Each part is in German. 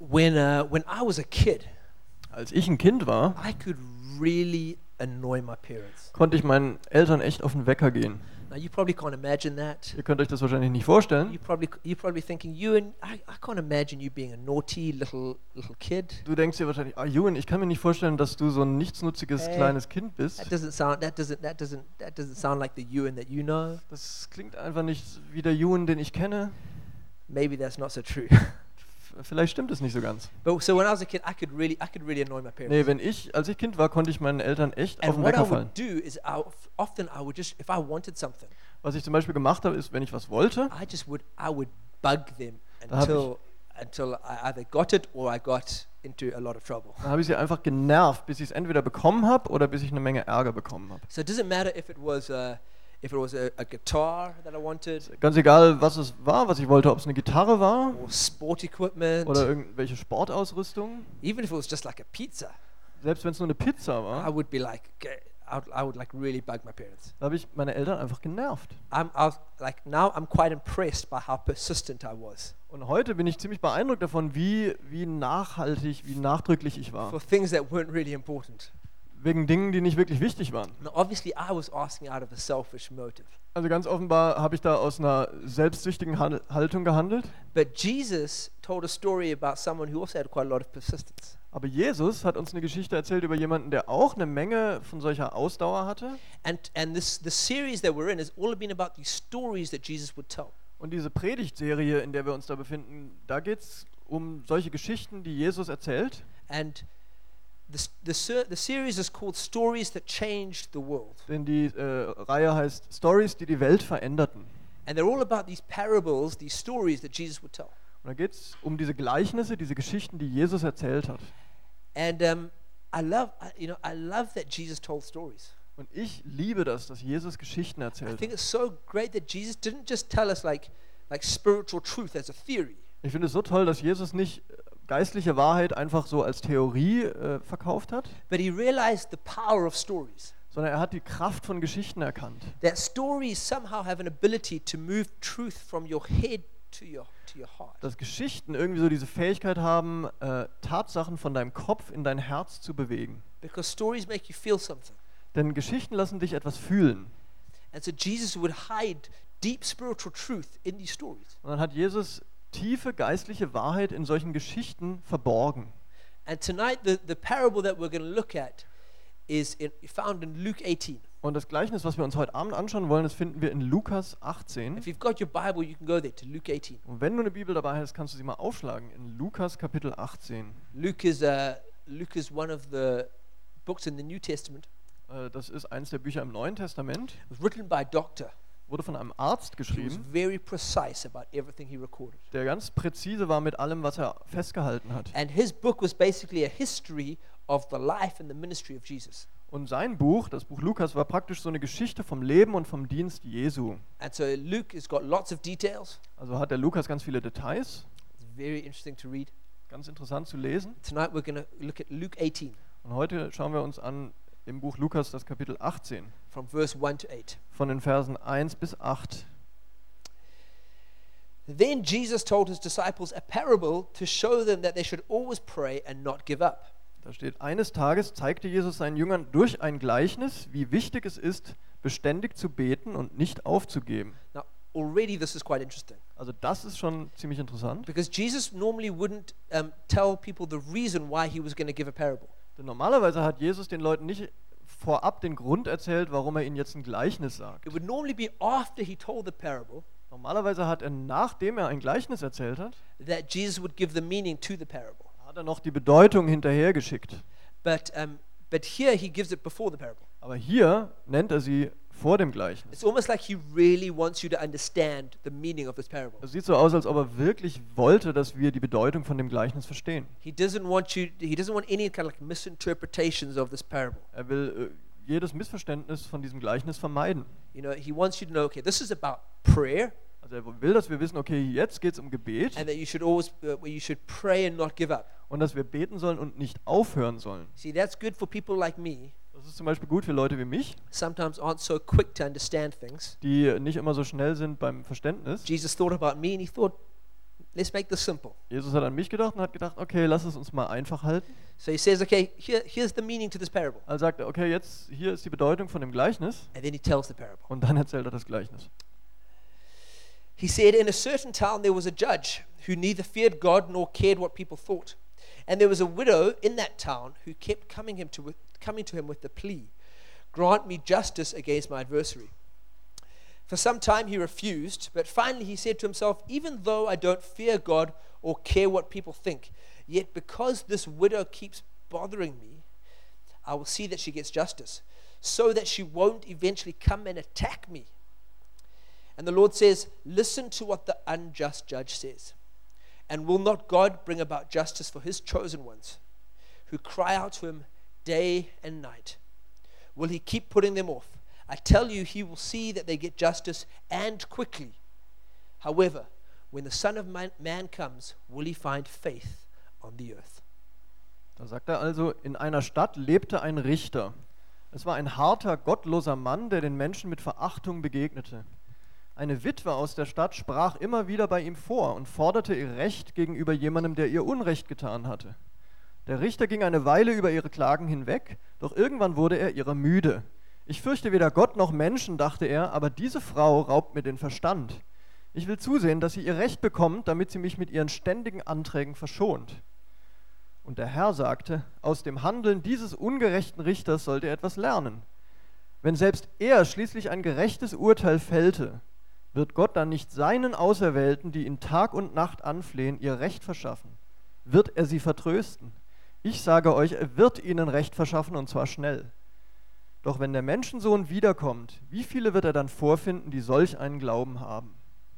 when I was a kid, Als ich ein Kind war, I could really annoy my parents. konnte ich meinen Eltern echt auf den Wecker gehen. Now you probably can't imagine that. Ihr könnt euch das wahrscheinlich nicht vorstellen. You're probably thinking, Ewan, I can't imagine you being a naughty little kid. Du denkst dir wahrscheinlich, Ewan, ich kann mir nicht vorstellen, dass du so ein nichtsnutziges kleines Kind bist. That doesn't sound like the Ewan that you know. Das klingt einfach nicht wie der Ewan, den ich kenne. Maybe that's not so true. Vielleicht stimmt es nicht so ganz. But so when I was a kid, I could really annoy my parents. Nee, als ich Kind war, konnte ich meinen Eltern echt auf And den what I Wecker fallen. would do is often I would just, if I wanted something, Was ich zum Beispiel gemacht habe, ist, wenn ich was wollte, I would bug them until I either got it or I got into a lot of trouble. dann habe ich sie einfach genervt, bis ich es entweder bekommen habe oder bis ich eine Menge Ärger bekommen habe. So it doesn't matter if it was a guitar that I wanted, Ganz egal, was es war, was ich wollte, ob es eine Gitarre war or sport equipment, oder irgendwelche Sportausrüstung. even if it was just like a pizza, Selbst wenn es nur eine Pizza I war, would be like, I would like really bug my parents. da habe ich meine Eltern einfach genervt. Now I'm quite impressed by how persistent I was Und heute bin ich ziemlich beeindruckt davon, wie nachhaltig, wie nachdrücklich ich war. for things that weren't really important. Wegen Dingen, die nicht wirklich wichtig waren. Now, obviously, I was asking out of a selfish motive. Also ganz offenbar habe ich da aus einer selbstsüchtigen Haltung gehandelt. But Jesus told a story about someone who also had quite a lot of persistence. Aber Jesus hat uns eine Geschichte erzählt über jemanden, der auch eine Menge von solcher Ausdauer hatte. And the series that we're in has all been about these stories that Jesus would tell. Und diese Predigtserie, in der wir uns da befinden, da geht es um solche Geschichten, die Jesus erzählt. And the series is called Stories That Changed the World. Denn die Reihe heißt Stories, die die Welt veränderten. And they're all about these parables, these stories that Jesus would tell. Und da geht es um diese Gleichnisse, diese Geschichten, die Jesus erzählt hat. And I love that Jesus told stories. Und ich liebe das, dass Jesus Geschichten I erzählt think hat. it's so great that Jesus didn't just tell us like spiritual truth as a theory. Ich finde es so toll, dass Jesus nicht geistliche Wahrheit einfach so als Theorie verkauft hat, But he realized the power of stories. sondern er hat die Kraft von Geschichten erkannt. That stories somehow have an ability to move truth from your head to your heart. Dass Geschichten irgendwie so diese Fähigkeit haben, Tatsachen von deinem Kopf in dein Herz zu bewegen. Because stories make you feel something. Denn Geschichten lassen dich etwas fühlen. And so Jesus would hide deep spiritual truth in these stories. Und dann hat Jesus tiefe geistliche Wahrheit in solchen Geschichten verborgen. And tonight the parable that we're going to look at is found in Luke 18. Und das Gleichnis, was wir uns heute Abend anschauen wollen, das finden wir in Lukas 18. If you've got your Bible, you can go there to Luke 18. Und wenn du eine Bibel dabei hast, kannst du sie mal aufschlagen in Lukas Kapitel 18. Luke is one of the books in the New Testament. Das ist eines der Bücher im Neuen Testament. It was written by a doctor. Wurde von einem Arzt He was geschrieben, very precise about everything he recorded. der ganz präzise war mit allem, was er festgehalten hat. And his book was basically a history of the life and the ministry of Jesus. Und sein Buch, das Buch Lukas, war praktisch so eine Geschichte vom Leben und vom Dienst Jesu. And so Luke has got lots of details. Also hat der Lukas ganz viele Details, It's very interesting to read. ganz interessant zu lesen. Tonight we're going to look at Luke 18 Und heute schauen wir uns an im Buch Lukas das Kapitel 18 from verse 1 to 8. von den Versen 1 bis 8. Then Jesus told his disciples a parable to show them that they should always pray and not give up. Da steht, eines Tages zeigte Jesus seinen Jüngern durch ein Gleichnis, wie wichtig es ist, beständig zu beten und nicht aufzugeben. Now, already this is quite interesting Also das ist schon ziemlich interessant. because Jesus normally wouldn't tell people the reason why he was going to give a parable. Denn normalerweise hat Jesus den Leuten nicht vorab den Grund erzählt, warum er ihnen jetzt ein Gleichnis sagt. It would normally be after he told the parable Normalerweise hat er, nachdem er ein Gleichnis erzählt hat, that Jesus would give the meaning to the parable. hat er noch die Bedeutung hinterhergeschickt. But here he gives it before the parable. Aber hier nennt er sie vor dem Gleichnis. It's almost like he really wants you to understand the meaning of this parable. Es sieht so aus, als ob er wirklich wollte, dass wir die Bedeutung von dem Gleichnis verstehen. He doesn't want any kind of like misinterpretations of this parable. Er will jedes Missverständnis von diesem Gleichnis vermeiden. You know, he wants you to know, okay, this is about prayer Also er will, dass wir wissen, okay, jetzt geht es um Gebet and that you should always you should pray and not give up. und dass wir beten sollen und nicht aufhören sollen. See, that's good for people like me, Das ist zum Beispiel gut für Leute wie mich, sometimes aren't so quick to understand things. die nicht immer so schnell sind beim Verständnis. Jesus thought about me and he thought, let's make this simple. Jesus hat an mich gedacht und hat gedacht, okay, lass es uns mal einfach halten. So he says, okay, here's the meaning to this parable. Also sagt er, okay, jetzt hier ist die Bedeutung von dem Gleichnis And then he tells the parable. und dann erzählt er das Gleichnis. He said, in a certain town there was a judge who neither feared God nor cared what people thought. And there was a widow in that town who kept coming to him with the plea, grant me justice against my adversary. For some time he refused, but finally he said to himself, even though I don't fear God or care what people think, yet because this widow keeps bothering me, I will see that she gets justice, so that she won't eventually come and attack me. And the Lord says, listen to what the unjust judge says. And will not God bring about justice for his chosen ones, who cry out to him day and night? Will he keep putting them off? I tell you, he will see that they get justice, and quickly. However, when the Son of Man comes, will he find faith on the earth? Da sagt er also, in einer Stadt lebte ein Richter. Es war ein harter, gottloser Mann, der den Menschen mit Verachtung begegnete. Eine Witwe aus der Stadt sprach immer wieder bei ihm vor und forderte ihr Recht gegenüber jemandem, der ihr Unrecht getan hatte. Der Richter ging eine Weile über ihre Klagen hinweg, doch irgendwann wurde er ihrer müde. Ich fürchte weder Gott noch Menschen, dachte er, aber diese Frau raubt mir den Verstand. Ich will zusehen, dass sie ihr Recht bekommt, damit sie mich mit ihren ständigen Anträgen verschont. Und der Herr sagte, aus dem Handeln dieses ungerechten Richters sollt ihr etwas lernen. Wenn selbst er schließlich ein gerechtes Urteil fällte, wird Gott dann nicht seinen Auserwählten, die ihn Tag und Nacht anflehen, ihr Recht verschaffen? Wird er sie vertrösten? Ich sage euch, er wird ihnen Recht verschaffen, und zwar schnell. Doch wenn der Menschensohn wiederkommt, wie viele wird er dann vorfinden, die solch einen Glauben haben?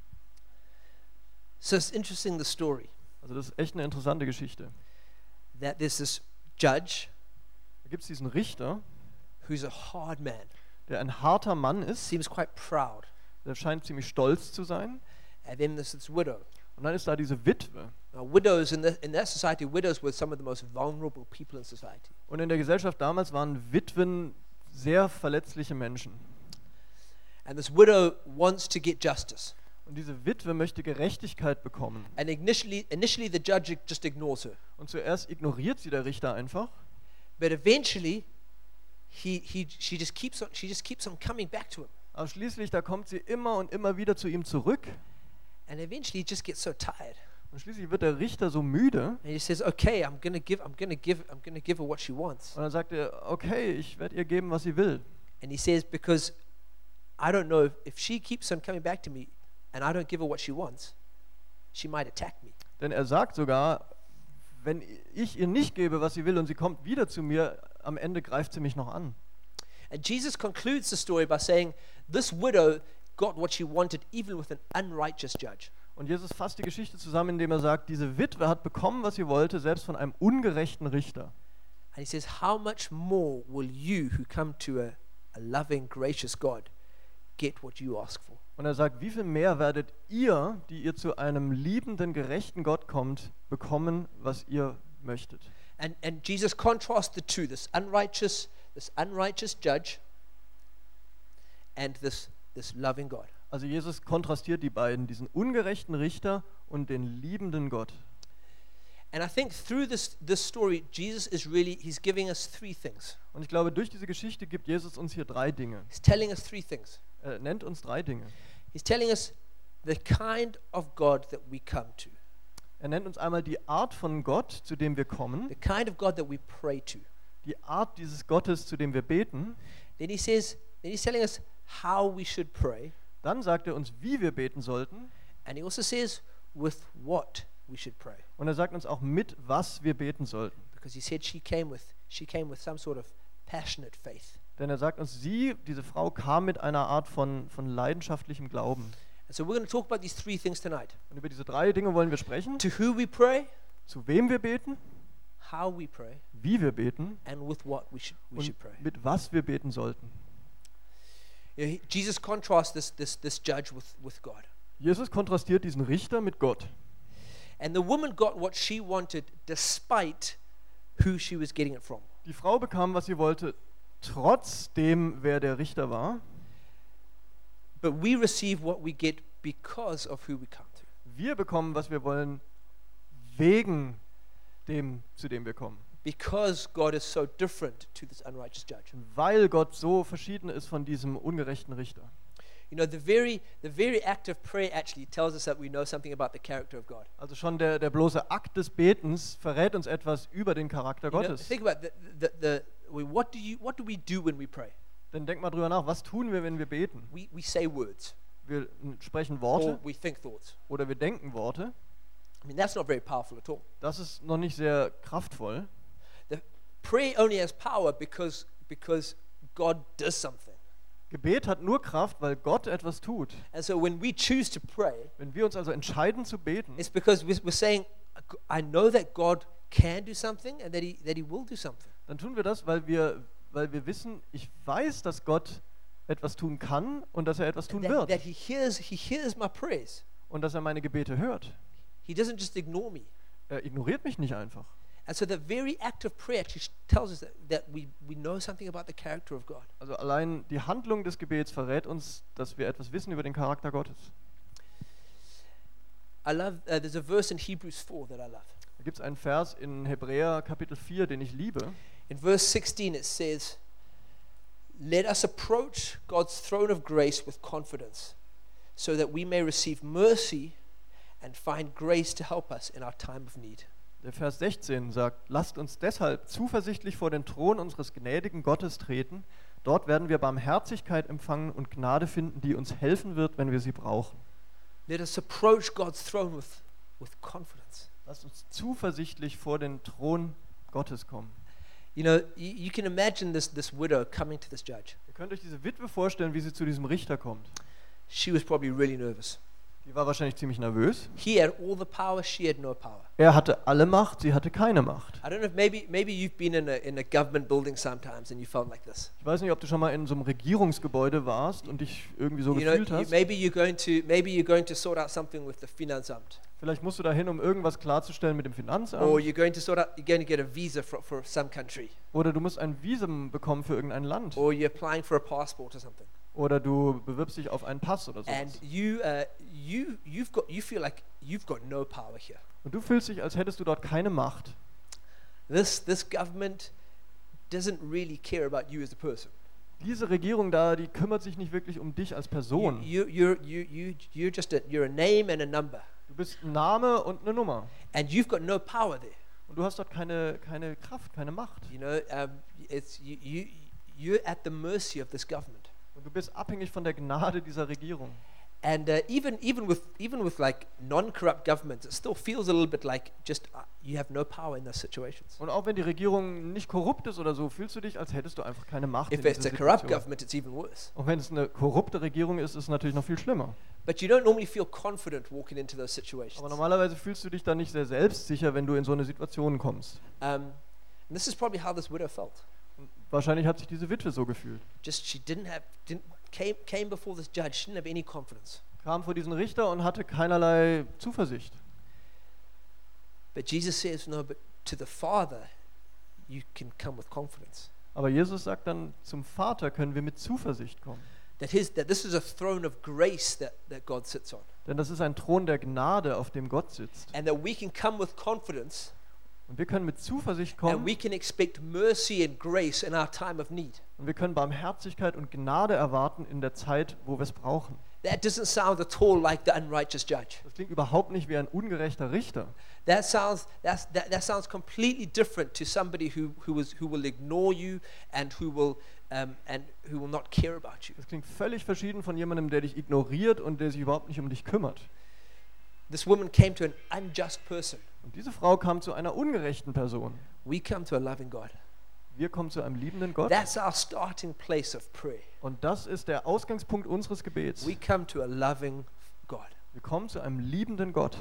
So it's interesting, the story, Also das ist echt eine interessante Geschichte. that there's this judge Da gibt es diesen Richter, who's a hard man, der ein harter Mann ist, seems quite proud. der scheint ziemlich stolz zu sein. And then there's this widow. Und dann ist da diese Witwe. Now, widows in that society, widows were some of the most vulnerable people in society. Und in der Gesellschaft damals waren Witwen sehr verletzliche Menschen. And this widow wants to get justice. Und diese Witwe möchte Gerechtigkeit bekommen. And initially the judge just ignores her. Und zuerst ignoriert sie der Richter einfach. But eventually, she just keeps on coming back to him. Aber schließlich, da kommt sie immer und immer wieder zu ihm zurück. And eventually, he just gets so tired. Und schließlich wird der Richter so müde. And he says, "Okay, I'm gonna give her what she wants." Und dann sagt er, okay, ich werde ihr geben, was sie will. And he says, because I don't know if she keeps on coming back to me, and I don't give her what she wants, she might attack me. Denn er sagt sogar, wenn ich ihr nicht gebe, was sie will, und sie kommt wieder zu mir, am Ende greift sie mich noch an. And Jesus concludes the story by saying, this widow got what she wanted even with an unrighteous judge. Und Jesus fasst die Geschichte zusammen, indem er sagt, diese Witwe hat bekommen, was sie wollte, selbst von einem ungerechten Richter. And he says, how much more will you who come to a loving, gracious God get what you ask for? Und er sagt, wie viel mehr werdet ihr, die ihr zu einem liebenden, gerechten Gott kommt, bekommen, was ihr möchtet. And Jesus contrasts the two, this unrighteous judge and this loving God. Also Jesus kontrastiert die beiden, diesen ungerechten Richter und den liebenden Gott. And I think through this story, Jesus he's giving us three things. Und ich glaube, durch diese Geschichte gibt Jesus uns hier drei Dinge. He's telling us three things. Er nennt uns drei Dinge. He's telling us the kind of God that we come to. Er nennt uns einmal die Art von Gott, zu dem wir kommen, The kind of God that we pray to. die Art dieses Gottes, zu dem wir beten. Then he's telling us how we should pray. Dann sagt er uns, wie wir beten sollten. And he also says with what we should pray. Und er sagt uns auch, mit was wir beten sollten. Because he said she came with some sort of passionate faith. Denn er sagt uns, diese Frau kam mit einer Art von leidenschaftlichem Glauben. And so we're going to talk about these three things tonight. Und über diese drei Dinge wollen wir sprechen. To who we pray, Zu wem wir beten, how we pray, wie wir beten and with what we should und pray. mit was wir beten sollten. You know, Jesus contrasts this judge with God. Jesus kontrastiert diesen Richter mit Gott. And the woman got what she wanted despite who she was getting it from. Die Frau bekam, was sie wollte, trotzdem, wer der Richter war. But we receive what we get because of who we come to. Wir bekommen, was wir wollen, wegen dem, zu dem wir kommen. Because God is so different to this unrighteous judge. Weil Gott so verschieden ist von diesem ungerechten Richter. You know, the very act of prayer actually tells us that we know something about the character of God. Also schon der bloße Akt des Betens verrät uns etwas über den Charakter You know, Gottes. think about what do we do when we pray? Denn denk mal drüber nach, was tun wir, wenn wir beten? We say words Wir sprechen or Worte we think thoughts. oder wir denken Worte. I mean, that's not very powerful at all. Das ist noch nicht sehr kraftvoll. The prayer only has power because God does something. Gebet hat nur Kraft, weil Gott etwas tut. And so when we choose to pray, Wenn wir uns also entscheiden zu beten, it's because we're saying, I know that God can do something and that He will do something. dann tun wir das, weil wir wissen, ich weiß, dass Gott etwas tun kann und dass er etwas tun That wird. He hears my prayers. Und dass er meine Gebete hört. He doesn't just ignore me. Er ignoriert mich nicht einfach. And so the very act of prayer actually tells us that we know something about the character of God. Also allein die Handlung des Gebets verrät uns, dass wir etwas wissen über den Charakter Gottes. I love, there's a verse in Hebrews 4 that I love. Da gibt es einen Vers in Hebräer Kapitel 4, den ich liebe. In verse 16 it says, "Let us approach God's throne of grace with confidence, so that we may receive mercy and find grace to help us in our time of need." Der Vers 16 sagt, lasst uns deshalb zuversichtlich vor den Thron unseres gnädigen Gottes treten. Dort werden wir Barmherzigkeit empfangen und Gnade finden, die uns helfen wird, wenn wir sie brauchen. Let us approach God's throne with confidence. Lasst uns zuversichtlich vor den Thron Gottes kommen. You know, you can imagine this widow coming to this judge. Ihr könnt euch diese Witwe vorstellen, wie sie zu diesem Richter kommt. She was probably really nervous. Die war wahrscheinlich ziemlich nervös. He had all the power, she had no power. Er hatte alle Macht, sie hatte keine Macht. I don't know if maybe you've been in a government building sometimes and you felt like this. Ich weiß nicht, ob du schon mal in so einem Regierungsgebäude warst und dich irgendwie so gefühlt hast. Maybe you're going to sort out something with the Finanzamt. Vielleicht musst du dahin, um irgendwas klarzustellen mit dem Or Finanzamt. you're going to get a visa for some country. Oder du musst ein Visum bekommen für irgendein Land. Or you're applying for a passport or something. Oder du bewirbst dich auf einen Pass oder And sowas. you feel like you've got no power here. Und du fühlst dich, als hättest du dort keine Macht. This government doesn't really care about you as a person. Diese Regierung da, die kümmert sich nicht wirklich um dich als Person. You're a name and a number. Du bist ein Name und eine Nummer. And you've got no power there. Und du hast dort keine Kraft, keine Macht. You know, you're at the mercy of this government. Und du bist abhängig von der Gnade dieser Regierung. And even with like non-corrupt governments, it still feels a little bit like just you have no power in those situations. Und auch wenn die Regierung nicht korrupt ist oder so, fühlst du dich, als hättest du einfach keine Macht in If dieser it's a corrupt Situation. government, it's even worse. Und wenn es eine korrupte Regierung ist, ist es natürlich noch viel schlimmer. But you don't normally feel confident walking into those situations. Aber normalerweise fühlst du dich dann nicht sehr selbstsicher, wenn du in so eine Situation kommst. And this is probably how this widow felt. Und wahrscheinlich hat sich diese Witwe so gefühlt. Just she came before this judge. She didn't have any confidence. Kam vor diesen Richter und hatte keinerlei Zuversicht. But Jesus says, no, but to the Father, you can come with confidence. Aber Jesus sagt dann, zum Vater können wir mit Zuversicht kommen. That this is a throne of grace that God sits on. Denn das ist ein Thron der Gnade, auf dem Gott sitzt. And that we can come with confidence Und wir können mit Zuversicht and kommen we can expect mercy and grace in our time of need. und wir können Barmherzigkeit und Gnade erwarten in der Zeit, wo wir es brauchen. That doesn't sound at all like the unrighteous judge. Das klingt überhaupt nicht wie ein ungerechter Richter. That sounds completely different to somebody who will ignore you and who will not care about you. Das klingt völlig verschieden von jemandem, der dich ignoriert und der sich überhaupt nicht um dich kümmert. This woman came to an unjust person. Und diese Frau kam zu einer ungerechten Person. We come to a loving God. Wir kommen zu einem liebenden Gott. That's our starting place of prayer. Und das ist der Ausgangspunkt unseres Gebets. We come to a loving God. Wir kommen zu einem liebenden Gott.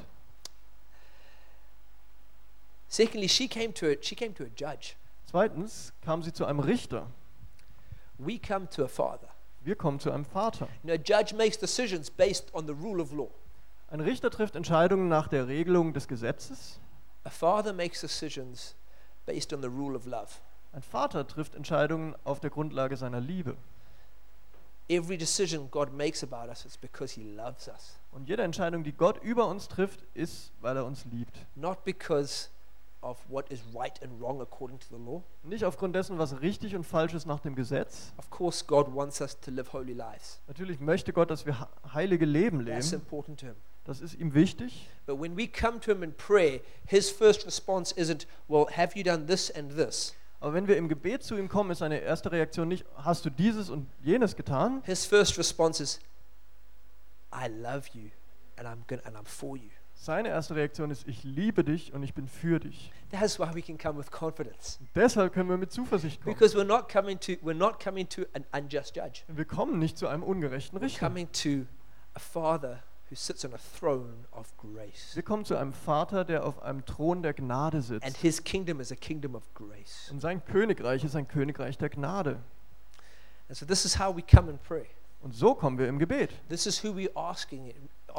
Secondly, she came to a judge. Zweitens kam sie zu einem Richter. We come to a father. Wir kommen zu einem Vater. You know, a judge makes decisions based on the rule of law. Ein Richter trifft Entscheidungen nach der Regelung des Gesetzes. A father makes decisions based on the rule of love. Ein Vater trifft Entscheidungen auf der Grundlage seiner Liebe. Every decision God makes about us is because He loves us, Und jede Entscheidung, die Gott über uns trifft, ist, weil er uns liebt. not because of what is right and wrong according to the law. Nicht aufgrund dessen, was richtig und falsch ist nach dem Gesetz. Of course, God wants us to live holy lives. Natürlich möchte Gott, dass wir heilige Leben That's leben. important to Him. Das ist ihm wichtig. But when we come to Him in prayer, His first response isn't, well, have you done this and this? Aber wenn wir im Gebet zu ihm kommen, ist seine erste Reaktion nicht, hast du dieses und jenes getan? His first response is, I love you and I'm for you. Seine erste Reaktion ist, ich liebe dich und ich bin für dich. That's why we can come with confidence. Und deshalb können wir mit Zuversicht kommen. Because we're not coming to an unjust judge. Und wir kommen nicht zu einem ungerechten We're Richter. coming to a Father who sits on a throne of grace. Wir kommen zu einem Vater, der auf einem Thron der Gnade And sitzt. His kingdom is a kingdom of grace. Und sein Königreich ist ein Königreich der Gnade. And so this is how we come and pray. Und so kommen wir im Gebet. This is who we're asking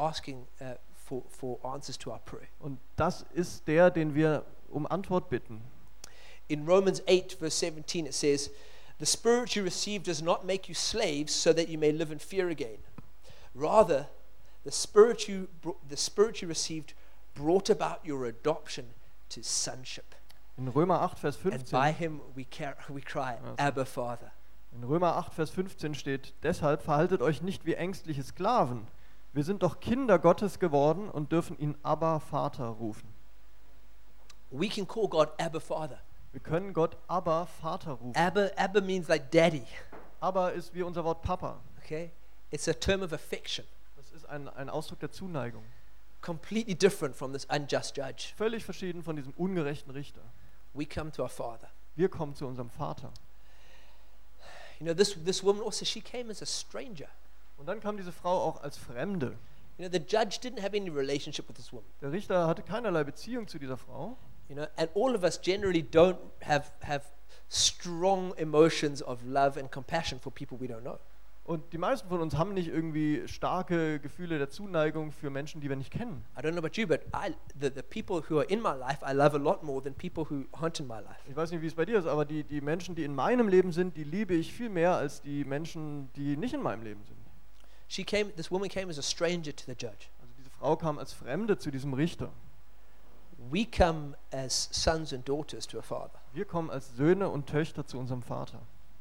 for answers to our prayer. Und das ist der, den wir um Antwort bitten. In Romans 8, verse 17, it says, "The Spirit you received does not make you slaves so that you may live in fear again. Rather, the Spirit you received brought about your adoption to sonship. In Römer 8, Vers And by 15, Him we cry, Abba, Father." in Römer 8, Vers 15 steht, deshalb verhaltet euch nicht wie ängstliche Sklaven. Wir sind doch Kinder Gottes geworden und dürfen ihn Abba, Vater rufen. We can call God Abba, Father. Wir können Gott Abba, Vater rufen. Abba means like daddy, Abba ist wie unser Wort Papa. okay? It's a term of affection, Das ist ein Ausdruck der Zuneigung. completely different from this unjust judge. Völlig verschieden von diesem ungerechten Richter. We come to our Father. Wir kommen zu unserem Vater. You know, this woman also, she came as a stranger. Und dann kam diese Frau auch als Fremde. You know, the judge didn't have any relationship with this woman. Der Richter hatte keinerlei Beziehung zu dieser Frau. You know, and all of us generally don't have strong emotions of love and compassion for people we don't know. Und die meisten von uns haben nicht irgendwie starke Gefühle der Zuneigung für Menschen, die wir nicht kennen. I don't know about you, but the people who are in my life, I love a lot more than people who aren't in my life. Ich weiß nicht, wie es bei dir ist, aber die Menschen, die in meinem Leben sind, die liebe ich viel mehr als die Menschen, die nicht in meinem Leben sind. This woman came as a stranger to the judge. Also diese Frau kam als Fremde zu diesem Richter. We come as sons and daughters to a father. Wir kommen als Söhne und Töchter zu unserem Vater.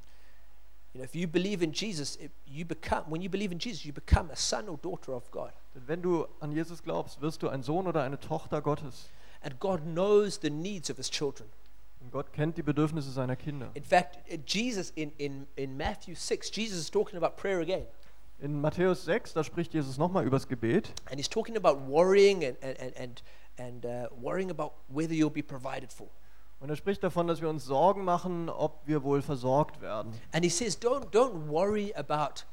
You know, if you believe in Jesus, when you believe in Jesus, you become a son or daughter of God. Denn wenn du an Jesus glaubst, wirst du ein Sohn oder eine Tochter Gottes. And God knows the needs of His children. Und Gott kennt die Bedürfnisse seiner Kinder. In fact, Jesus in Matthew 6, Jesus is talking about prayer again. In Matthäus 6, da spricht Jesus nochmal übers Gebet. And He's talking about worrying and worrying about whether you'll be provided for. Und er spricht davon, dass wir uns Sorgen machen, ob wir wohl versorgt werden. And He says, don't worry about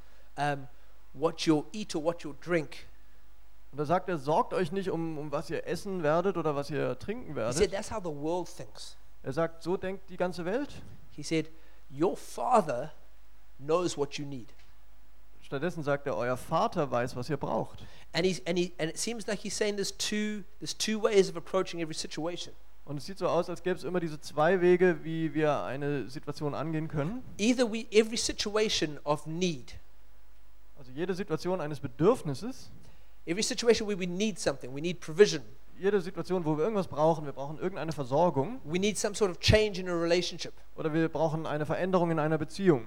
what you'll eat or what you'll drink. Und da sagt er, sorgt euch nicht um was ihr essen werdet oder was ihr trinken He said, werdet. that's how the world thinks. Er sagt, so denkt die ganze Welt. He said, your Father knows what you need. Stattdessen sagt er, euer Vater weiß, was ihr braucht. And it seems like he's saying there's two ways of approaching every situation. Und es sieht so aus, als gäbe es immer diese zwei Wege, wie wir eine Situation angehen können. Either every situation of need, Also jede Situation eines Bedürfnisses, every situation where we need something, we need provision, jede Situation, wo wir irgendwas brauchen, wir brauchen irgendeine Versorgung we need some sort of change in a relationship, oder wir brauchen eine Veränderung in einer Beziehung.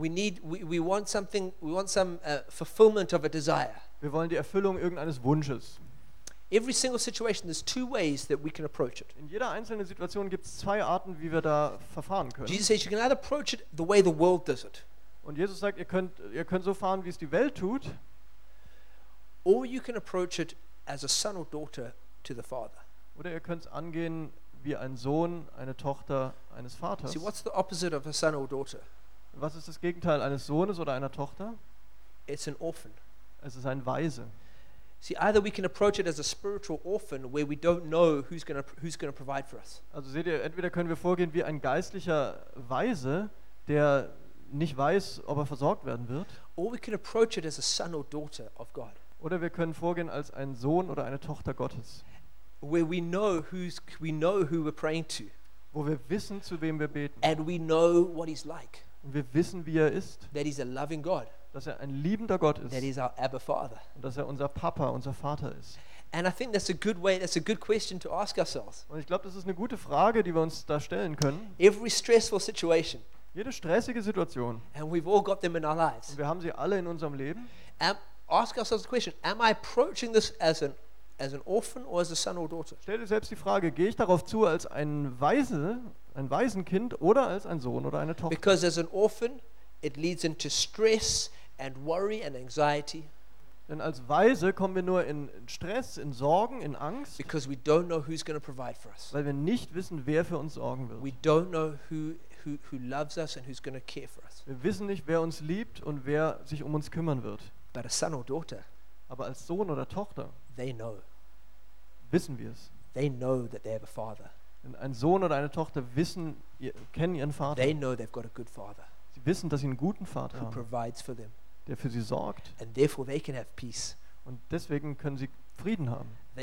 we want something, we want some fulfillment of a desire. Wir wollen die Erfüllung irgendeines Wunsches. Every single situation, there's two ways that we can approach it. In jeder einzelnen Situation gibt es zwei Arten, wie wir da verfahren können. Jesus says you can either approach it the way the world does it, Und Jesus sagt, ihr könnt so fahren, wie es die Welt tut, or you can approach it as a son or daughter to the Father. oder ihr könnt es angehen wie ein Sohn, eine Tochter eines Vaters. See, what's the opposite of a son or daughter? Was ist das Gegenteil eines Sohnes oder einer Tochter? It's an orphan. Es ist ein Waise. See, either we can approach it as a spiritual orphan where we don't know who's going to provide for us. Also seht ihr, entweder können wir vorgehen wie ein geistlicher Waise, der nicht weiß, ob er versorgt werden wird, Or we can approach it as a son or daughter of God, oder wir können vorgehen als ein Sohn oder eine Tochter Gottes, where we know who we're praying to, wo wir wissen, zu wem wir beten, and we know what He's like, und wir wissen, wie er ist, that He's a loving God, dass er ein liebender Gott ist that He's our Abba Father. und dass er unser Papa, unser Vater ist. And I think that's a good question to ask ourselves. Und ich glaube, das ist eine gute Frage, die wir uns da stellen können. Every stressful situation, Jede stressige Situation, and we've all got them in our und lives. wir haben sie alle in unserem Leben, Ask ourselves the question: am I approaching this as an orphan or as a son or daughter? stell dir selbst die Frage, gehe ich darauf zu als ein Waisenkind oder als ein Sohn oder eine Tochter? Because as an orphan, it leads into stress and worry and anxiety Denn als Waise kommen wir nur in Stress, in Sorgen, in Angst, because we don't know who's going to provide for us. weil wir nicht wissen, wer für uns sorgen We wird. don't know who loves us and who's going to care for us. Wir wissen nicht, wer uns liebt und wer sich um uns kümmern wird. But a son or daughter, Aber als Sohn oder Tochter they know. wissen wir es. They know that they have a father. Denn ein Sohn oder eine Tochter kennen ihren Vater. They know they've got a good father Sie wissen, dass sie einen guten Vater who haben, provides for them. der für sie sorgt. And therefore they can have peace. Und deswegen können sie Frieden haben. They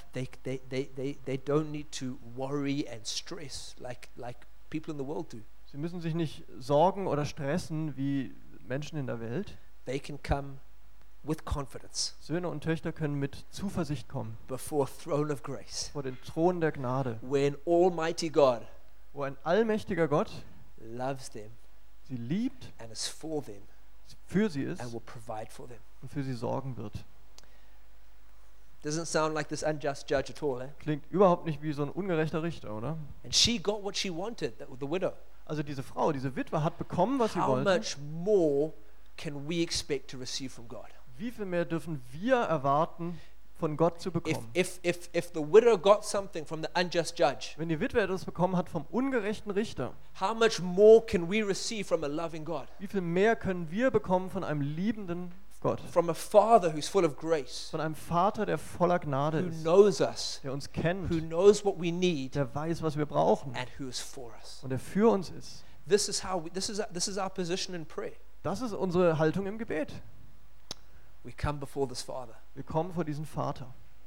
don't need to worry and stress like people in the world do. Sie müssen sich nicht sorgen oder stressen wie Menschen in der Welt. They can come with confidence Söhne und Töchter können mit Zuversicht kommen before a throne of grace, vor den Thron der Gnade, when Almighty God wo ein allmächtiger Gott loves them sie liebt, and is for them für sie ist and will provide for them. und für sie sorgen wird. Doesn't sound like this unjust judge at all, eh? Klingt überhaupt nicht wie so ein ungerechter Richter, oder? And she got what she wanted, the widow. Also diese Frau, diese Witwe hat bekommen, was sie How wollte. much more can we expect to receive from God? Wie viel mehr dürfen wir erwarten, von Gott zu If bekommen? the widow got something from the unjust judge, Wenn die Witwe etwas bekommen hat vom ungerechten Richter, how much more can we receive from a loving God? wie viel mehr können wir bekommen von einem liebenden Gott? From a Father who's full of grace, Von einem Vater, der voller Gnade who ist, knows us, der uns who kennt, knows what we need, der weiß, was wir brauchen and who is for us. und der für uns ist. This is our position in prayer. Das ist unsere Haltung im Gebet. We come before this Father. Wir kommen vor diesen Vater.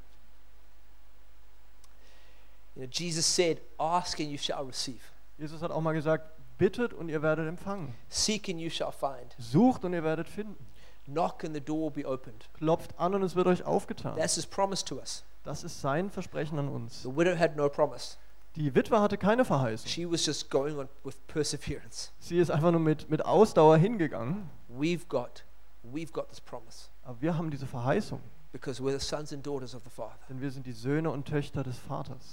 You know, Jesus said, "Ask and you shall receive; Jesus hat auch mal gesagt, bittet und ihr werdet empfangen. seek and you shall find; Sucht und ihr werdet finden. knock and the door will be opened." Klopft an und es wird euch aufgetan. That's His promise to us. Das ist sein Versprechen an uns. The widow had no promise. Die Witwe hatte keine Verheißung. She was just going on with perseverance. Sie ist einfach nur mit Ausdauer hingegangen. We've got this promise Aber wir haben diese Verheißung, because we're the sons and daughters of the Father. denn wir sind die Söhne und Töchter des Vaters.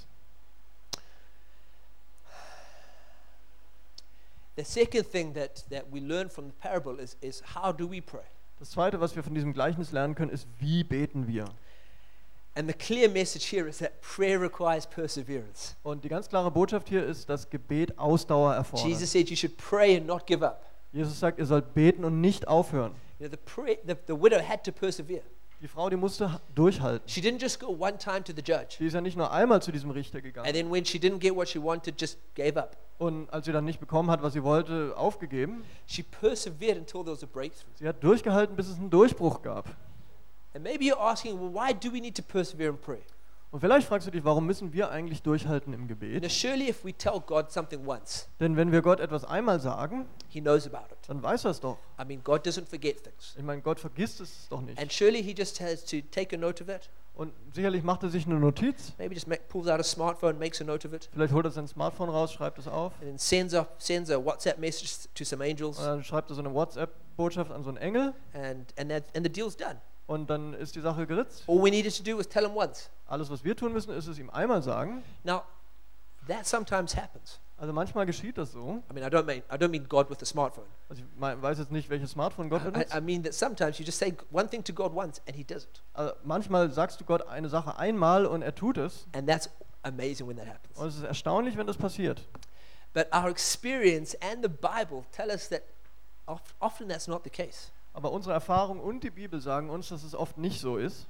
The second thing that we learn from the parable is how do we pray? Das Zweite, was wir von diesem Gleichnis lernen können, ist, wie beten wir. And the clear message here is that prayer requires perseverance. Und die ganz klare Botschaft hier ist, dass Gebet Ausdauer erfordert. Jesus said you should pray and not give up. Jesus sagt, ihr sollt beten und nicht aufhören. You know, the widow had to persevere. Die Frau, die musste durchhalten. She didn't just go one time to the judge, Die ist ja nicht nur einmal zu diesem Richter and gegangen then when she didn't get what she wanted, just gave up. und als sie dann nicht bekommen hat, was sie wollte, aufgegeben. She persevered until there was a breakthrough. Sie hat durchgehalten, bis es einen Durchbruch gab. And maybe you're asking, well, why do we need to persevere in prayer? Und vielleicht fragst du dich, warum müssen wir eigentlich durchhalten im You know, Gebet? surely if we tell God something once, Denn wenn wir Gott etwas einmal sagen, He knows about it. dann weiß er es doch. I mean, God doesn't forget things. Ich meine, Gott vergisst es doch nicht. And surely He just has to take a note of it. Und sicherlich macht er sich eine Notiz. Maybe just pulls out a smartphone, makes a note of it, Vielleicht holt er sein Smartphone raus, schreibt es auf. and then sends a WhatsApp message to some angels, Und dann schreibt er so eine WhatsApp-Botschaft an so einen Engel. and the deal's done. Und dann ist die Sache geritzt. All we needed to do was tell Him once. Alles, was wir tun müssen, ist es ihm einmal sagen. Now, that sometimes happens. Also manchmal geschieht das so. I mean, I don't mean God with the smartphone. Also ich weiß jetzt nicht, welches Smartphone Gott benutzt. I mean that sometimes you just say one thing to God once, and He does it, Also manchmal sagst du Gott eine Sache einmal und er tut es. and that's amazing when that happens. Und es ist erstaunlich, wenn das passiert. But our experience and the Bible tell us that often that's not the case. Aber unsere Erfahrung und die Bibel sagen uns, dass es oft nicht so ist.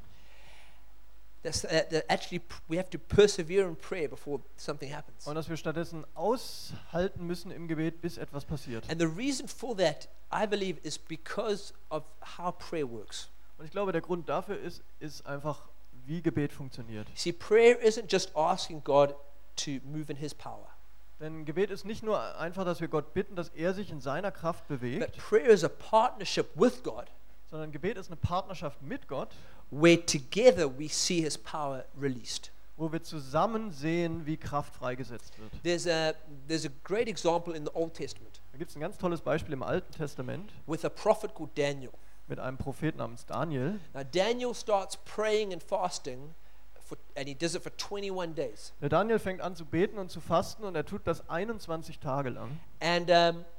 That actually we have to persevere in prayer before something happens. Und dass wir stattdessen aushalten müssen im Gebet, bis etwas passiert. And the reason for that, I believe, is because of how prayer works. Und ich glaube, der Grund dafür ist einfach, wie Gebet funktioniert. See, prayer isn't just asking God to move in His power. Denn Gebet ist nicht nur einfach, dass wir Gott bitten, dass er sich in seiner Kraft but bewegt, prayer is a partnership with God sondern Gebet ist eine Partnerschaft mit Gott, where together we see His power released. wo wir zusammen sehen, wie Kraft freigesetzt wird. There's a great example in the Old Testament Da gibt es ein ganz tolles Beispiel im Alten Testament with a prophet called Daniel. mit einem Propheten namens Daniel. Now, Daniel starts praying and fasting, and he does it for 21 days. Der Daniel fängt an zu beten und zu fasten und er tut das 21 Tage lang. And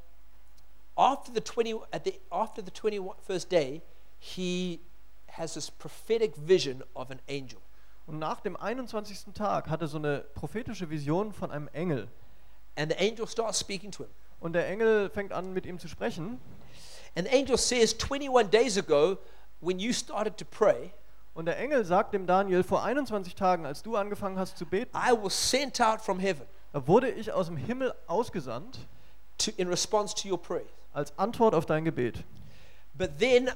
after the 21st day, he has this prophetic vision of an angel. Und nach dem 21. Tag hat er so eine prophetische Vision von einem Engel. And the angel starts speaking to him. Und der Engel fängt an, mit ihm zu sprechen. And the angel says, 21 days ago, when you started to pray, Und der Engel sagt dem Daniel, vor 21 Tagen, als du angefangen hast zu beten, I was sent out from heaven da wurde ich aus dem Himmel ausgesandt in response to your prayer. als Antwort auf dein Gebet. But then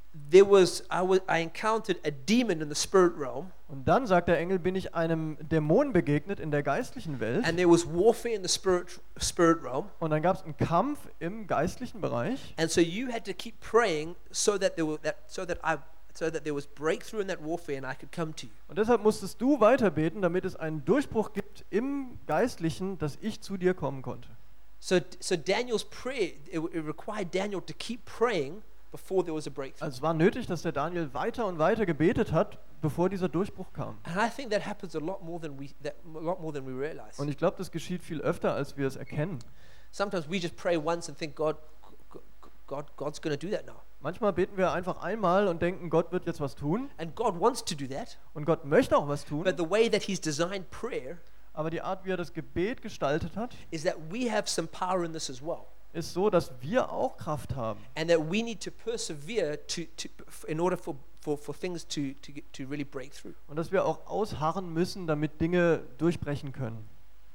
I encountered a demon in the spirit realm, Und dann, sagt der Engel, bin ich einem Dämon begegnet in der geistlichen Welt. and there was warfare in the spirit realm. Und dann gab es einen Kampf im geistlichen Bereich. And so you had to keep praying so that there was breakthrough in that warfare and I could come to you. Und deshalb musstest du weiter beten, damit es einen Durchbruch gibt im Geistlichen, dass ich zu dir kommen konnte. So Daniel's prayer, it required Daniel to keep praying before there was a breakthrough. Also es war nötig, dass der Daniel weiter und weiter gebetet hat, bevor dieser Durchbruch kam. And I think that happens a lot more than we realize. Und ich glaube, das geschieht viel öfter, als wir es erkennen. Sometimes we just pray once and think God's going to do that now. Manchmal beten wir einfach einmal und denken, Gott wird jetzt was tun. And God wants to do that, Und Gott möchte auch was tun. but the way that He's designed prayer Aber die Art, wie er das Gebet gestaltet hat, is that we have some power in this as well. ist so, dass wir auch Kraft haben. And that we need to persevere in order for things to really break through. Und dass wir auch ausharren müssen, damit Dinge durchbrechen können.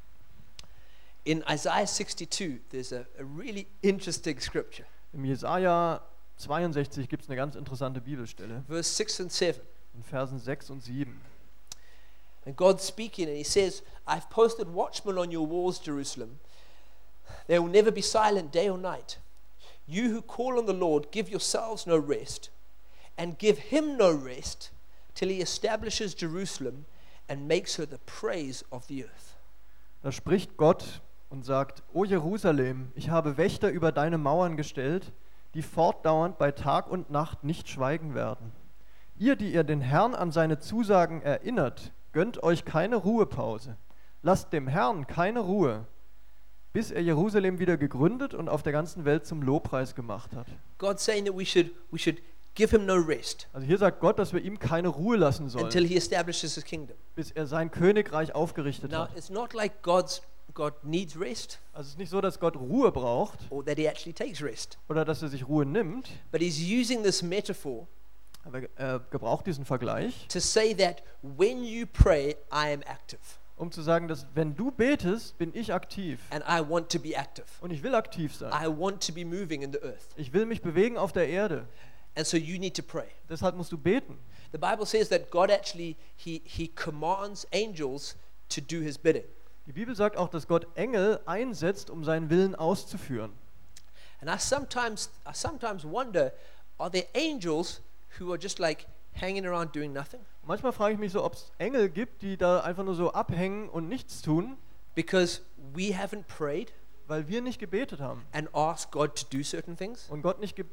In Isaiah 62, there's a really interesting scripture. Im Jesaja 62 gibt es eine ganz interessante Bibelstelle, Verse 6 and 7. in Versen 6 und 7. And God's speaking and He says, I've posted watchmen on your walls, Jerusalem. They will never be silent day or night. You who call on the Lord, give yourselves no rest, and give Him no rest till He establishes Jerusalem and makes her the praise of the earth. Da spricht Gott und sagt, O Jerusalem, ich habe Wächter über deine Mauern gestellt, die fortdauernd bei Tag und Nacht nicht schweigen werden. Ihr, die ihr den Herrn an seine Zusagen erinnert, gönnt euch keine Ruhepause. Lasst dem Herrn keine Ruhe, bis er Jerusalem wieder gegründet und auf der ganzen Welt zum Lobpreis gemacht hat. God's saying that we should give Him no rest Also hier sagt Gott, dass wir ihm keine Ruhe lassen until sollen, He establishes His kingdom. bis er sein Königreich aufgerichtet Now, hat. it's not like God needs rest Also es ist nicht so, dass Gott Ruhe braucht or that He actually takes rest, oder dass er sich Ruhe nimmt, but He's using this metaphor aber er gebraucht diesen Vergleich, to say that when you pray, I am active um zu sagen, dass wenn du betest, bin ich aktiv and I want to be active. und ich will aktiv sein. I want to be moving in the earth. Ich will mich bewegen auf der Erde. And so you need to pray. Deshalb musst du beten. The Bible says that God actually, he commands angels to do His bidding. Die Bibel sagt auch, dass Gott Engel einsetzt, um seinen Willen auszuführen. And I sometimes wonder, are there angels who are just like hanging around doing nothing? Manchmal frage ich mich so, ob es Engel gibt, die da einfach nur so abhängen und nichts tun, Because we haven't prayed weil wir nicht gebetet haben and asked God to do certain things. und Gott nicht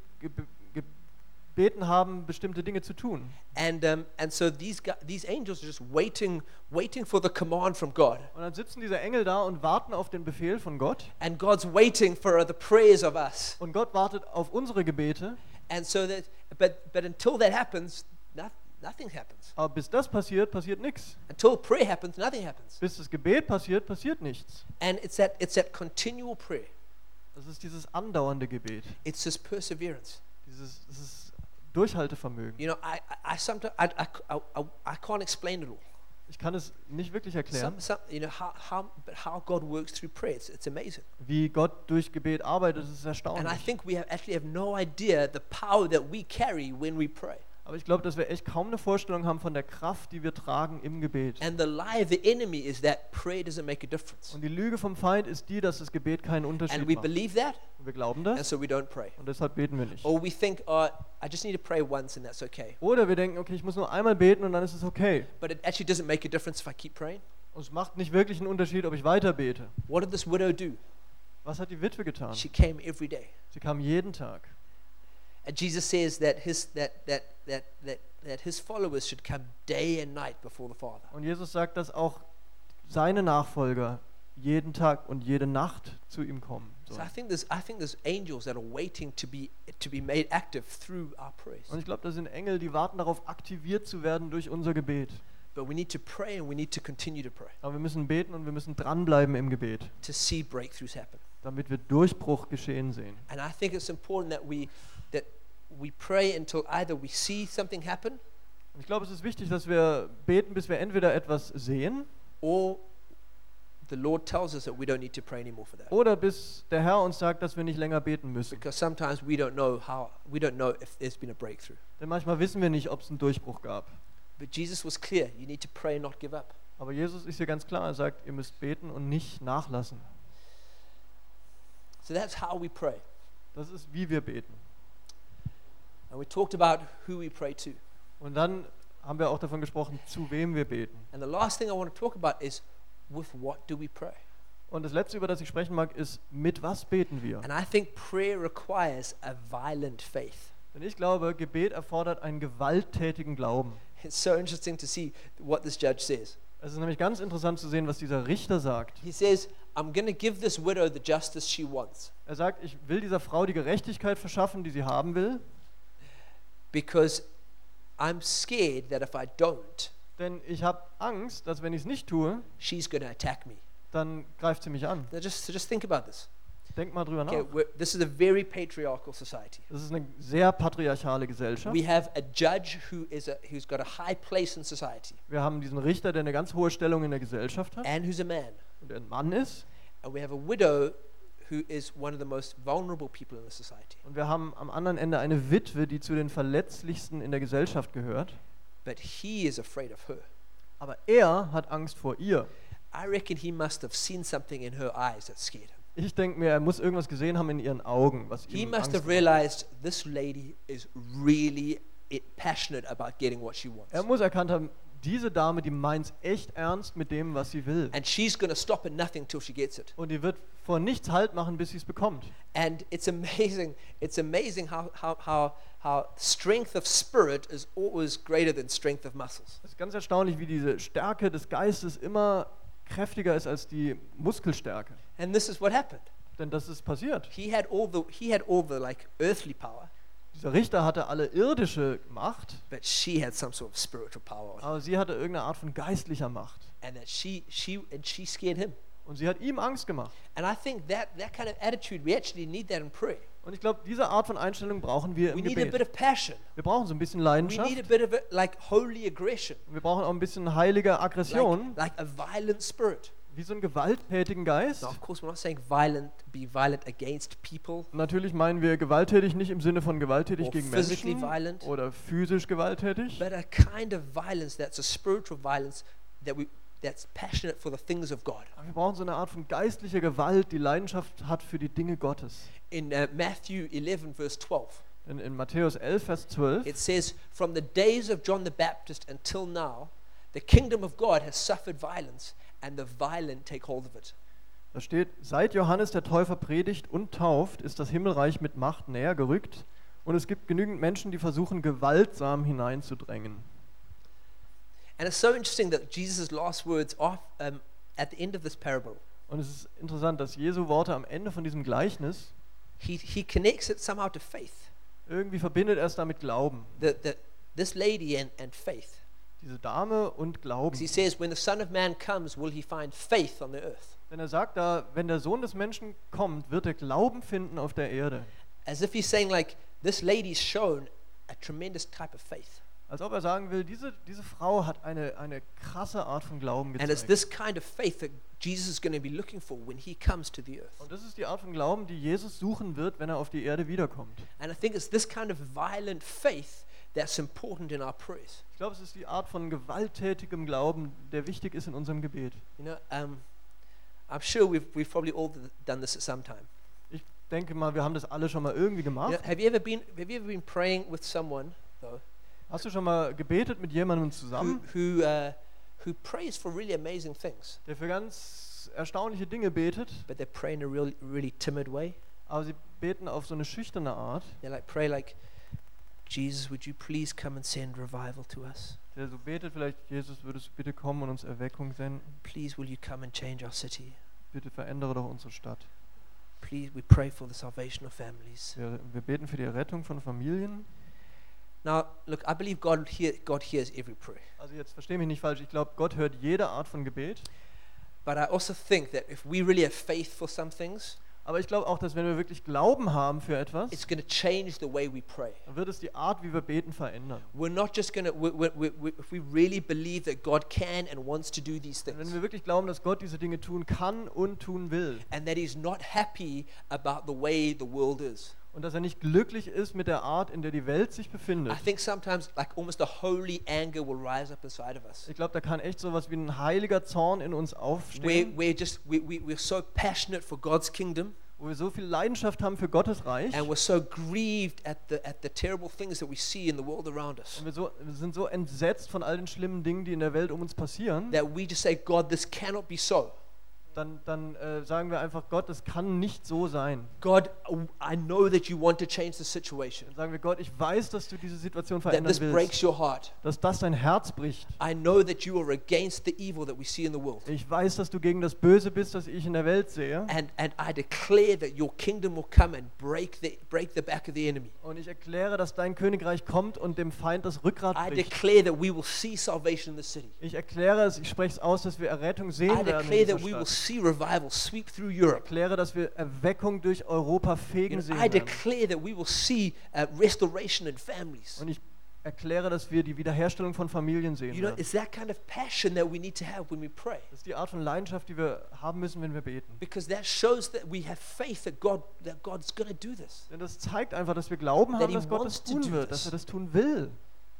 gebeten haben, bestimmte Dinge zu tun. And so these angels are just waiting for the command from God. Und dann sitzen diese Engel da und warten auf den Befehl von Gott. And God's waiting for the prayers of us. Und Gott wartet auf unsere Gebete. And so that, but until that happens, nothing happens. Aber bis das passiert, passiert nichts. Until prayer happens, nothing happens. Bis das Gebet passiert, passiert nichts. And it's that continual prayer. Das ist dieses andauernde Gebet. It's this perseverance. Dieses Durchhaltevermögen. You know, I sometimes I can't explain it all. Ich kann es nicht wirklich erklären, You know how God works through prayer. It's amazing. wie Gott durch Gebet arbeitet. Das ist And I erstaunlich. think we actually have no idea the power that we carry when we pray. Aber ich glaube, dass wir echt kaum eine Vorstellung haben von der Kraft, die wir tragen im Gebet. And the lie of the enemy is that prayer doesn't make a difference. Und die Lüge vom Feind ist die, dass das Gebet keinen And Unterschied we macht. believe that, Und wir glauben and das so we don't pray. und deshalb beten wir nicht. Or we think, oh, I just need to pray once and that's okay. Oder wir denken, okay, ich muss nur einmal beten und dann ist es okay. But it actually doesn't make a difference if I keep praying. Und es macht nicht wirklich einen Unterschied, ob ich weiter bete. What did this widow do? Was hat die Witwe getan? She came every day. Sie kam jeden Tag. And Jesus says that his followers should come day and night before the Father. Und Jesus sagt, dass auch seine Nachfolger jeden Tag und jede Nacht zu ihm kommen. So sollen. I think there's angels that are waiting to be made active through our prayers. Und ich glaube, das sind Engel, die warten darauf, aktiviert zu werden durch unser Gebet. But we need to pray and we need to continue to pray Aber wir müssen beten und wir müssen dranbleiben im Gebet, to see breakthroughs happen. damit wir Durchbruch geschehen sehen. And I think it's important that we pray until either we see something happen Und ich glaube, es ist wichtig, dass wir beten, bis wir entweder etwas sehen or the Lord tells us that we don't need to pray anymore for that. oder bis der Herr uns sagt, dass wir nicht länger beten müssen. Because sometimes we don't know if there's been a breakthrough. Denn manchmal wissen wir nicht, ob es einen Durchbruch gab. But Jesus was clear, you need to pray and not give up. Aber Jesus ist hier ganz klar, er sagt, ihr müsst beten und nicht nachlassen. So that's how we pray. Das ist, wie wir beten. And we talked about who we pray to. Und dann haben wir auch davon gesprochen, zu wem wir beten. And the last thing I want to talk about is with what do we pray? Und das Letzte, über das ich sprechen mag, ist, mit was beten wir? And I think prayer requires a violent faith. Denn ich glaube, Gebet erfordert einen gewalttätigen Glauben. It's so interesting to see what this judge says. Es ist nämlich ganz interessant zu sehen, was dieser Richter sagt. He says, I'm going to give this widow the justice she wants Er sagt, ich will dieser Frau die Gerechtigkeit verschaffen, die sie haben will, because I'm scared that if I don't, denn ich habe Angst, dass wenn ich es nicht tue, she's going to attack me. dann greift sie mich an. Now just think about this. Denk mal drüber Okay, nach. this is a very patriarchal society. Das ist eine sehr patriarchale Gesellschaft. We have a judge who's got a high place in society Wir haben diesen Richter, der eine ganz hohe Stellung in der Gesellschaft hat and who's a man. und der ein Mann ist. And we have a widow who is one of the most vulnerable people in the society. Und wir haben am anderen Ende eine Witwe, die zu den verletzlichsten in der Gesellschaft gehört. But he is afraid of her. Aber er hat Angst vor ihr. I reckon he must have seen something in her eyes that scared him. Ich denke mir, er muss irgendwas gesehen haben in ihren Augen, was He ihm must Angst have macht. realized this lady is really passionate about getting what she wants. Er muss erkannt haben, diese Dame, die meint es echt ernst mit dem, was sie will. And she's going to stop at nothing till she gets it. Und die wird vor nichts Halt machen, bis sie es bekommt. And it's amazing how strength of spirit is always greater than strength of muscles. Es ist ganz erstaunlich, wie diese Stärke des Geistes immer kräftiger ist als die Muskelstärke. And this is what happened. Denn das ist passiert. He had all the like earthly power, Dieser Richter hatte alle irdische Macht, but she had some sort of spiritual power on her. aber sie hatte irgendeine Art von geistlicher Macht. And that she scared him. Und sie hat ihm Angst gemacht. And I think that kind of attitude, we actually need that in prayer. Und ich glaube, diese Art von Einstellung brauchen wir We im need a bit Gebet. of passion. Wir brauchen so ein bisschen We Leidenschaft. need a bit of like holy aggression, Und wir brauchen auch ein bisschen heilige Aggression, like a violent spirit. wie so einen gewalttätigen Geist. Now, of course, we're not saying be violent against people Natürlich meinen wir gewalttätig nicht im Sinne von gewalttätig or gegen physically Menschen violent, oder physisch gewalttätig, but a kind of violence that's a spiritual violence that's passionate for the things of God. aber wir brauchen so eine Art von geistlicher Gewalt, die Leidenschaft hat für die Dinge Gottes. In Matthew 11, verse 12, Denn in Matthäus 11, Vers 12 it says, "From the days of John the Baptist until now, the kingdom of God has suffered violence, and the violent take hold of it." da steht, seit Johannes der Täufer predigt und tauft, ist das Himmelreich mit Macht näher gerückt und es gibt genügend Menschen, die versuchen, gewaltsam hineinzudrängen. And it's so interesting that Jesus' last words are at the end of this parable. Und es ist interessant, dass Jesu Worte am Ende von diesem Gleichnis, He connects it somehow to faith. irgendwie verbindet er es damit Glauben. This lady and faith. Diese Dame und Glauben. He says, when the Son of Man comes, will he find faith on the earth? Denn er sagt da, wenn der Sohn des Menschen kommt, wird er Glauben finden auf der Erde. As if he's saying, like, this lady's shown a tremendous type of faith. Als ob er sagen will, diese Frau hat eine krasse Art von Glauben And it's gezeigt. this kind of faith that Jesus is going to be looking for when he comes to the earth. Und das ist die Art von Glauben, die Jesus suchen wird, wenn er auf die Erde wiederkommt. And I think it's this kind of violent faith that's important in our prayers. Ich glaube, es ist die Art von gewalttätigem Glauben, der wichtig ist in unserem Gebet. You know, I'm sure we've probably all done this at some time. Ich denke mal, wir haben das alle schon mal irgendwie You know, gemacht. have you ever been praying with someone though Hast du schon mal gebetet mit jemandem zusammen, who prays for really amazing things, der für ganz erstaunliche Dinge betet, but they pray in a really timid way? aber sie beten auf so eine schüchterne Art, They pray like, Jesus, would you please come and send revival to us? der so betet vielleicht, Jesus, würdest du bitte kommen und uns Erweckung senden? Please, will you come and change our city? Bitte verändere doch unsere Stadt. Please, we pray for the salvation of families. Wir beten für die Errettung von Familien. Now, look, I believe God hears every prayer. Also jetzt versteh mich nicht falsch, ich glaube, Gott hört jede Art von Gebet. But I also think that if we really have faith for some things, Aber ich glaube auch, dass wenn wir wirklich Glauben haben für etwas, it's going to change the way we pray. dann wird es die Art, wie wir beten, verändern. We're not just going to, if we really believe that God can and wants to do these Wenn things, wir wirklich glauben, dass Gott diese Dinge tun kann und tun will and that He's not happy about the way the world is, und dass er nicht glücklich ist mit der Art, in der die Welt sich befindet, I think sometimes like almost a holy anger will rise up inside of us. ich glaube, da kann echt sowas wie ein heiliger Zorn in uns aufstehen, We're so passionate for God's kingdom, wo wir so viel Leidenschaft haben für Gottes Reich and we're so grieved at the terrible things that we see in the world around us, und wir sind so entsetzt von all den schlimmen Dingen, die in der Welt um uns passieren, that we just say, God, this cannot be so. dann sagen wir einfach, Gott, das kann nicht so sein. God, I know that you want to change the situation, Dann sagen wir, Gott, ich weiß, dass du diese Situation that verändern this willst, breaks your heart. dass das dein Herz bricht. I know that you are against the evil that we see in the world. Ich weiß, dass du gegen das Böse bist, das ich in der Welt sehe. And I declare that your kingdom will come and break the back of the enemy. Und ich erkläre, dass dein Königreich kommt und dem Feind das Rückgrat I bricht. declare that we will see salvation in the city. Ich erkläre es, ich spreche es aus, dass wir Errettung I sehen werden declare in that dieser we will Stadt. see revival sweep through Ich Europe. erkläre, dass wir Erweckung durch Europa fegen sehen I werden. declare that we will see restoration in families. Und ich erkläre, dass wir die Wiederherstellung von Familien sehen You know, werden. it's that kind of passion that we need to have when we pray, Das ist die Art von Leidenschaft, die wir haben müssen, wenn wir beten. because that shows that we have faith that God's going to do this. Denn das zeigt einfach, dass wir Glauben That haben, he dass Gott wants das to tun do wird, this. dass er das tun will.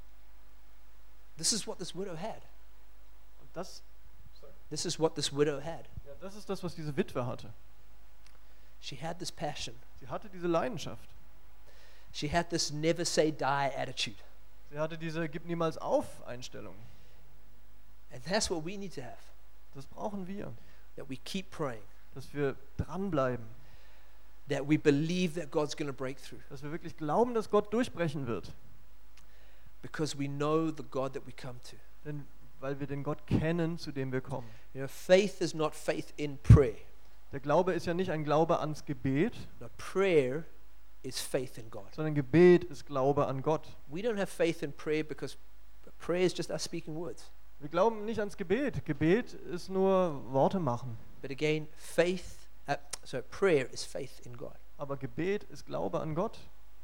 This is what this widow had. Und das This is what this widow had. ist das, was diese Witwe hatte. She had this passion. Sie hatte diese Leidenschaft. She had this never say die attitude. Sie hatte diese Gib niemals auf Einstellung. And that's what we need to have. Das brauchen wir, That we keep praying. dass wir dranbleiben, That we believe that God's going to break through. dass wir wirklich glauben, dass Gott durchbrechen wird. Because we know the God that we come to. Denn weil wir den Gott kennen, zu dem wir kommen. You know, faith is not faith in prayer. Der Glaube ist ja nicht ein Glaube ans Gebet, No, prayer is faith in God. sondern Gebet ist Glaube an Gott. We don't have faith in prayer because prayer is just us speaking words. Wir glauben nicht ans Gebet. Gebet ist nur Worte machen. But again, prayer is faith in God. Aber Gebet ist Glaube an Gott.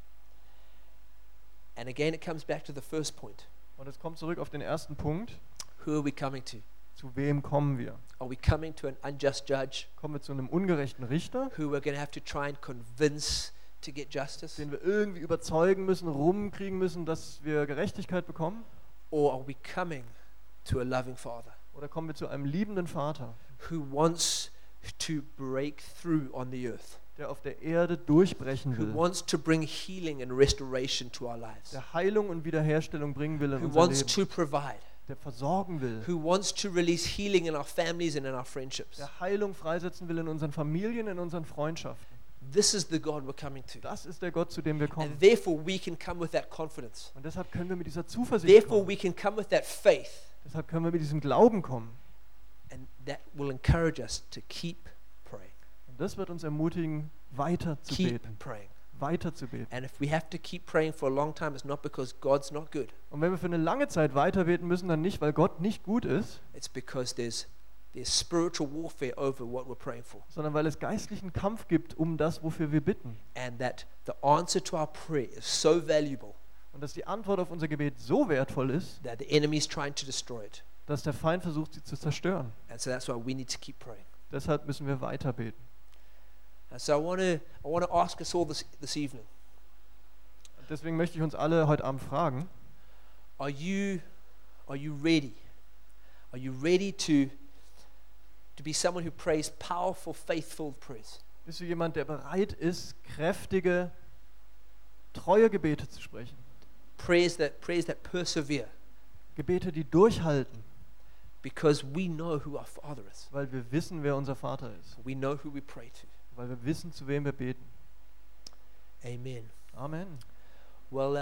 And again, it comes back to the first point. Und es kommt zurück auf den ersten Punkt. Who are we coming to? Zu wem kommen wir? Are we coming to an unjust judge Kommen wir zu einem ungerechten Richter, who we're going to have to try and convince to get justice? den wir irgendwie überzeugen müssen, rumkriegen müssen, dass wir Gerechtigkeit bekommen? Or are we coming to a loving Father Oder kommen wir zu einem liebenden Vater, who wants to break through on the earth, der auf der Erde durchbrechen who will, wants to bring healing and restoration to our lives, der Heilung und Wiederherstellung bringen will in who unser wants Leben, to provide, der versorgen will, who wants to release healing in our families and in our friendships? der Heilung freisetzen will in unseren Familien, in unseren Freundschaften. This is the God we're coming to. Das ist der Gott, zu dem wir kommen. And therefore we can come with that confidence. Und deshalb können wir mit dieser Zuversicht Therefore kommen. we can come with that faith, Deshalb können wir mit diesem Glauben kommen. and that will encourage us to keep praying. Und das wird uns ermutigen, weiter zu Keep beten. praying. Weiter zu beten. And if we have to keep praying for a long time, it's not because God's not good. Und wenn wir für eine lange Zeit weiter beten müssen, dann nicht, weil Gott nicht gut ist, It's because there's spiritual warfare over what we're praying for. sondern weil es geistlichen Kampf gibt um das, wofür wir bitten. And that the answer to our prayer is so valuable Und dass die Antwort auf unser Gebet so wertvoll ist, that the enemy is trying to destroy it. dass der Feind versucht, sie zu zerstören. And so that's why we need to keep praying. Deshalb müssen wir weiter beten. And so I want to ask us all this evening. Deswegen möchte ich uns alle heute Abend fragen, Are you ready? Are you ready to be someone who prays powerful, faith-filled prayers? bist du jemand, der bereit ist, kräftige, treue Gebete zu sprechen? Prayers that persevere, Gebete, die durchhalten, because we know who our Father is. weil wir wissen, wer unser Vater ist. We know who we pray to. Weil wir wissen, zu wem wir beten. Amen. Amen. Well,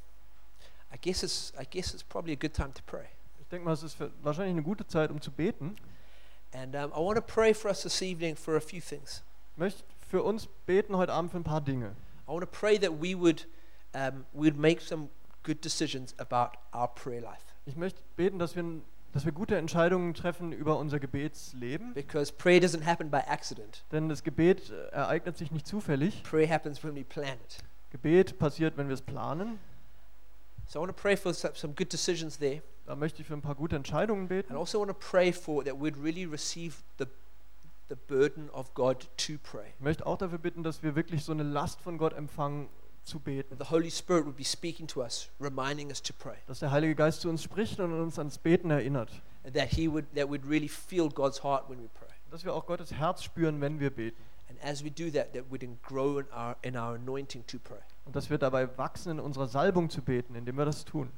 I guess it's probably a good time to pray. Ich denke mal, es ist wahrscheinlich eine gute Zeit, um zu beten. And I want to pray for us this evening for a few things. Ich möchte für uns beten heute Abend für ein paar Dinge. I want to pray that we would make some good decisions about our prayer life. Ich möchte beten, dass wir gute Entscheidungen treffen über unser Gebetsleben. Because prayer doesn't happen by accident. Denn das Gebet ereignet sich nicht zufällig. Prayer happens when we plan it. Gebet passiert, wenn wir es planen. So I want to pray for some good decisions there. Da möchte ich für ein paar gute Entscheidungen And beten. also want to pray for that we'd really receive the burden of God to pray. Ich möchte auch dafür bitten, dass wir wirklich so eine Last von Gott empfangen, zu beten. That the Holy Spirit would be speaking to us, reminding us to pray. Dass der Heilige Geist zu uns spricht und uns ans Beten erinnert. And that we'd really feel God's heart when we pray. Dass wir auch Gottes Herz spüren, wenn wir beten. And as we do that we'd grow in our anointing to pray. Und dass wir dabei wachsen, in unserer Salbung zu beten, indem wir das tun.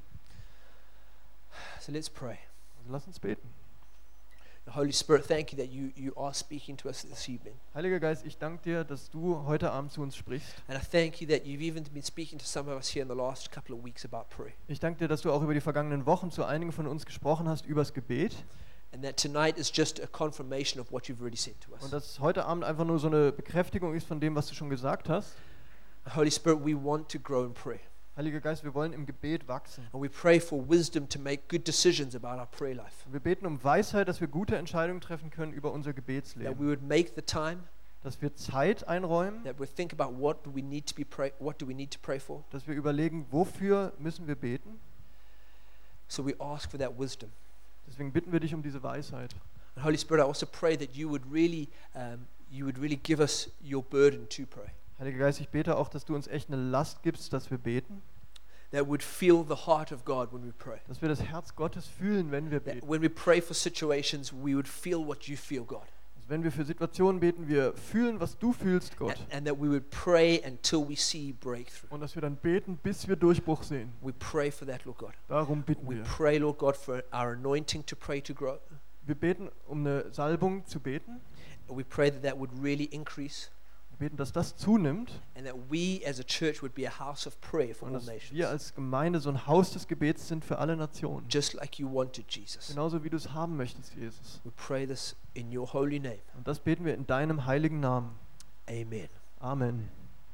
So let's pray. Also lass uns beten. Holy Spirit, thank you that you are speaking to us this evening. Heiliger Geist, ich danke dir, dass du heute Abend zu uns sprichst. And I thank you that you've even been speaking to some of us here in the last couple of weeks about prayer. Ich danke dir, dass du auch über die vergangenen Wochen zu einigen von uns gesprochen hast übers Gebet. And that tonight is just a confirmation of what you've already said to Und us. dass heute Abend einfach nur so eine Bekräftigung ist von dem, was du schon gesagt hast. Holy Spirit, we want to grow in prayer. Heiliger Geist, wir wollen im Gebet wachsen. And we pray for wisdom to make good decisions about our prayer life. Und wir beten um Weisheit, dass wir gute Entscheidungen treffen können über unser That Gebetsleben. we would make the time, Dass wir Zeit einräumen, that we think about what do we need to pray for. dass wir überlegen, wofür müssen wir beten. So we ask for that wisdom. Deswegen bitten wir dich um diese Weisheit. And Holy Spirit, I also pray that you would really give us your burden to pray. Heiliger Geist, ich bete auch, dass du uns echt eine Last gibst, dass wir beten. That would feel the heart of God when we pray. Dass wir das Herz Gottes fühlen, wenn wir That beten. when we pray for situations, we would feel what you feel, God. Also wenn wir für Situationen beten, wir fühlen, was du fühlst, Gott. And that we would pray until we see breakthrough. Und dass wir dann beten, bis wir Durchbruch sehen. We pray for that, Lord God. Darum bitten We wir. pray, Lord God, for our anointing to pray to grow. Wir beten, um eine Salbung zu beten. And we pray that would really increase. Wir beten, dass das zunimmt And that we as a church would be a house of prayer for und all dass wir nations. als Gemeinde so ein Haus des Gebets sind für alle Nationen. Just like you wanted, Jesus. Genauso wie du es haben möchtest, Jesus. We pray this in your holy name. Und das beten wir in deinem heiligen Namen. Amen. Amen.